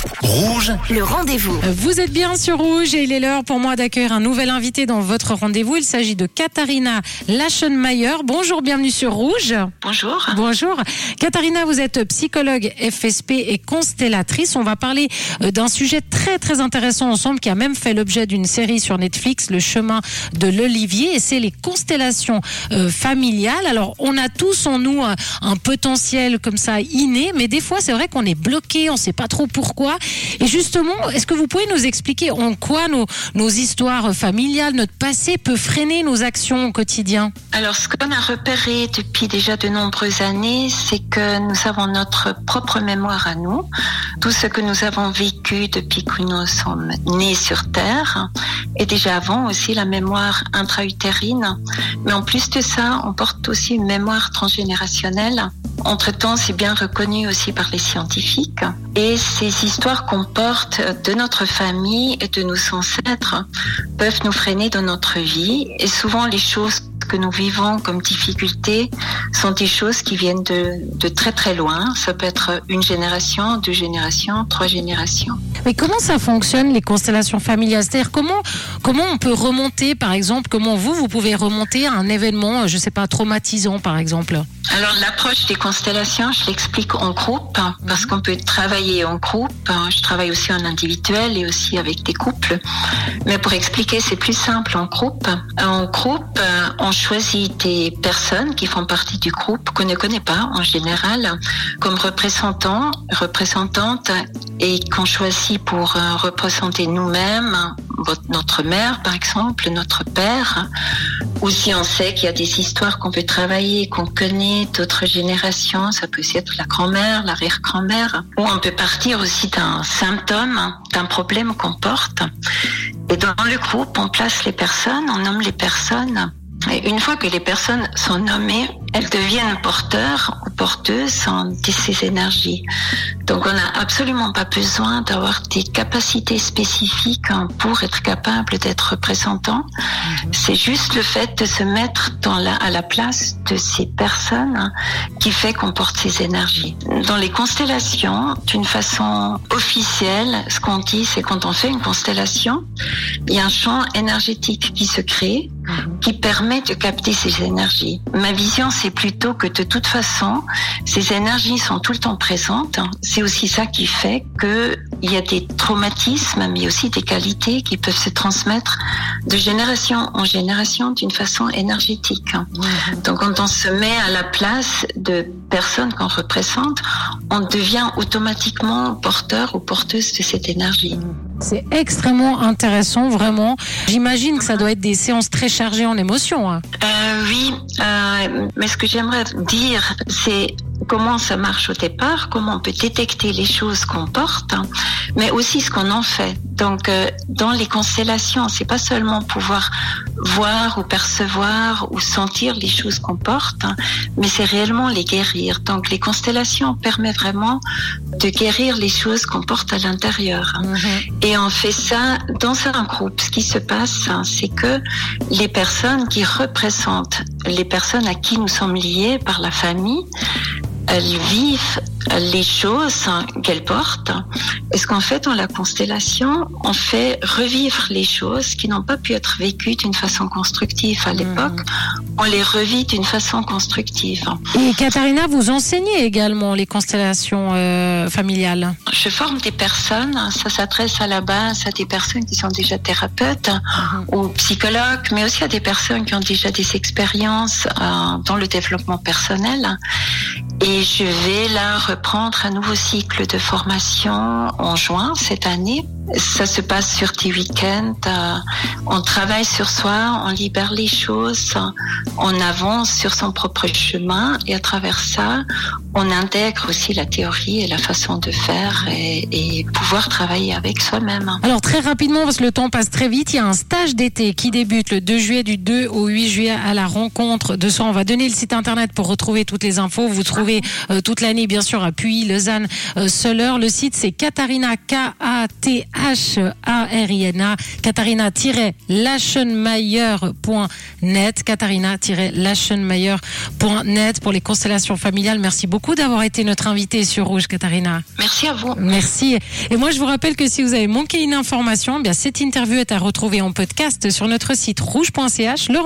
Rouge, le rendez-vous. Vous êtes bien sur Rouge et il est l'heure pour moi d'accueillir un nouvel invité dans votre rendez-vous. Il s'agit de Katharina Laschenmayer. Bonjour, bienvenue sur Rouge. Bonjour. Bonjour. Katharina, vous êtes psychologue FSP et constellatrice. On va parler d'un sujet très très intéressant ensemble qui a même fait l'objet d'une série sur Netflix, Le chemin de l'Olivier, et c'est les constellations familiales. Alors, on a tous en nous un potentiel comme ça inné, mais des fois c'est vrai qu'on est bloqué, on ne sait pas trop pourquoi. Et justement, est-ce que vous pouvez nous expliquer en quoi nos histoires familiales, notre passé peut freiner nos actions au quotidien? Alors, ce qu'on a repéré depuis déjà de nombreuses années, c'est que nous avons notre propre mémoire à nous. Tout ce que nous avons vécu depuis que nous sommes nés sur Terre, et déjà avant aussi la mémoire intra-utérine. Mais en plus de ça, on porte aussi une mémoire transgénérationnelle. Entre-temps, c'est bien reconnu aussi par les scientifiques. Et ces histoires qu'on porte de notre famille et de nos ancêtres peuvent nous freiner dans notre vie. Et souvent, les choses que nous vivons comme difficultés sont des choses qui viennent de très très loin. Ça peut être une génération, 2 générations, 3 générations. Mais comment ça fonctionne, les constellations familiales? C'est-à-dire comment on peut remonter, par exemple, comment vous pouvez remonter à un événement, je sais pas, traumatisant, par exemple? Alors, l'approche des constellations, je l'explique en groupe, parce qu'on peut travailler en groupe. Je travaille aussi en individuel et aussi avec des couples. Mais pour expliquer, c'est plus simple en groupe. En groupe, on choisit des personnes qui font partie du groupe qu'on ne connaît pas en général comme représentants, représentantes, et qu'on choisit pour représenter nous-mêmes, notre mère par exemple, notre père. Ou si on sait qu'il y a des histoires qu'on peut travailler, qu'on connaît d'autres générations, ça peut aussi être la grand-mère, l'arrière-grand-mère. Ou on peut partir aussi d'un symptôme, d'un problème qu'on porte. Et dans le groupe, on place les personnes, on nomme les personnes. Et une fois que les personnes sont nommées, elles deviennent porteurs ou porteuses de ces énergies. Donc on n'a absolument pas besoin d'avoir des capacités spécifiques pour être capable d'être représentant. C'est juste le fait de se mettre à la place de ces personnes qui fait qu'on porte ces énergies. Dans les constellations, d'une façon officielle, ce qu'on dit, c'est quand on fait une constellation, il y a un champ énergétique qui se crée, qui permet de capter ces énergies. Ma vision, c'est plutôt que de toute façon, ces énergies sont tout le temps présentes. C'est aussi ça qui fait qu'il y a des traumatismes, mais aussi des qualités qui peuvent se transmettre de génération en génération d'une façon énergétique. Donc, quand on se met à la place de personnes qu'on représente, on devient automatiquement porteur ou porteuse de cette énergie. C'est extrêmement intéressant, vraiment. J'imagine que ça doit être des séances très chargées en émotions. Oui, mais ce que j'aimerais dire, c'est comment ça marche au départ, comment on peut détecter les choses qu'on porte, mais aussi ce qu'on en fait. Donc, dans les constellations, c'est pas seulement pouvoir voir ou percevoir ou sentir les choses qu'on porte, mais c'est réellement les guérir. Donc, les constellations permettent vraiment de guérir les choses qu'on porte à l'intérieur. Et on fait ça dans un groupe. Ce qui se passe, c'est que les personnes qui représentent les personnes à qui nous sommes liés par la famille, elles vivent les choses qu'elles portent. Et ce qu'on fait dans la constellation, on fait revivre les choses qui n'ont pas pu être vécues d'une façon constructive à l'époque. On les revit d'une façon constructive. Et Katharina, vous enseignez également les constellations familiales? Je forme des personnes, ça s'adresse à la base à des personnes qui sont déjà thérapeutes ou psychologues, mais aussi à des personnes qui ont déjà des expériences dans le développement personnel. Et je vais là reprendre un nouveau cycle de formation en juin cette année. Ça se passe sur des week-ends. On travaille sur soi, on libère les choses, on avance sur son propre chemin et à travers ça, on intègre aussi la théorie et la façon de faire et pouvoir travailler avec soi-même. Alors très rapidement, parce que le temps passe très vite, il y a un stage d'été qui débute le 2 juillet, du 2 au 8 juillet à la rencontre de soi. On va donner le site internet pour retrouver toutes les infos. Vous trouvez toute l'année bien sûr à Puy, Lausanne, Soleure. Le site c'est Katharina, Katharina Katharina, Katharina-Lachenmayer.net, Katharina-Lachenmayer.net pour les constellations familiales. Merci beaucoup d'avoir été notre invitée sur Rouge, Katharina. Merci à vous. Merci. Et moi, je vous rappelle que si vous avez manqué une information, cette interview est à retrouver en podcast sur notre site rouge.ch.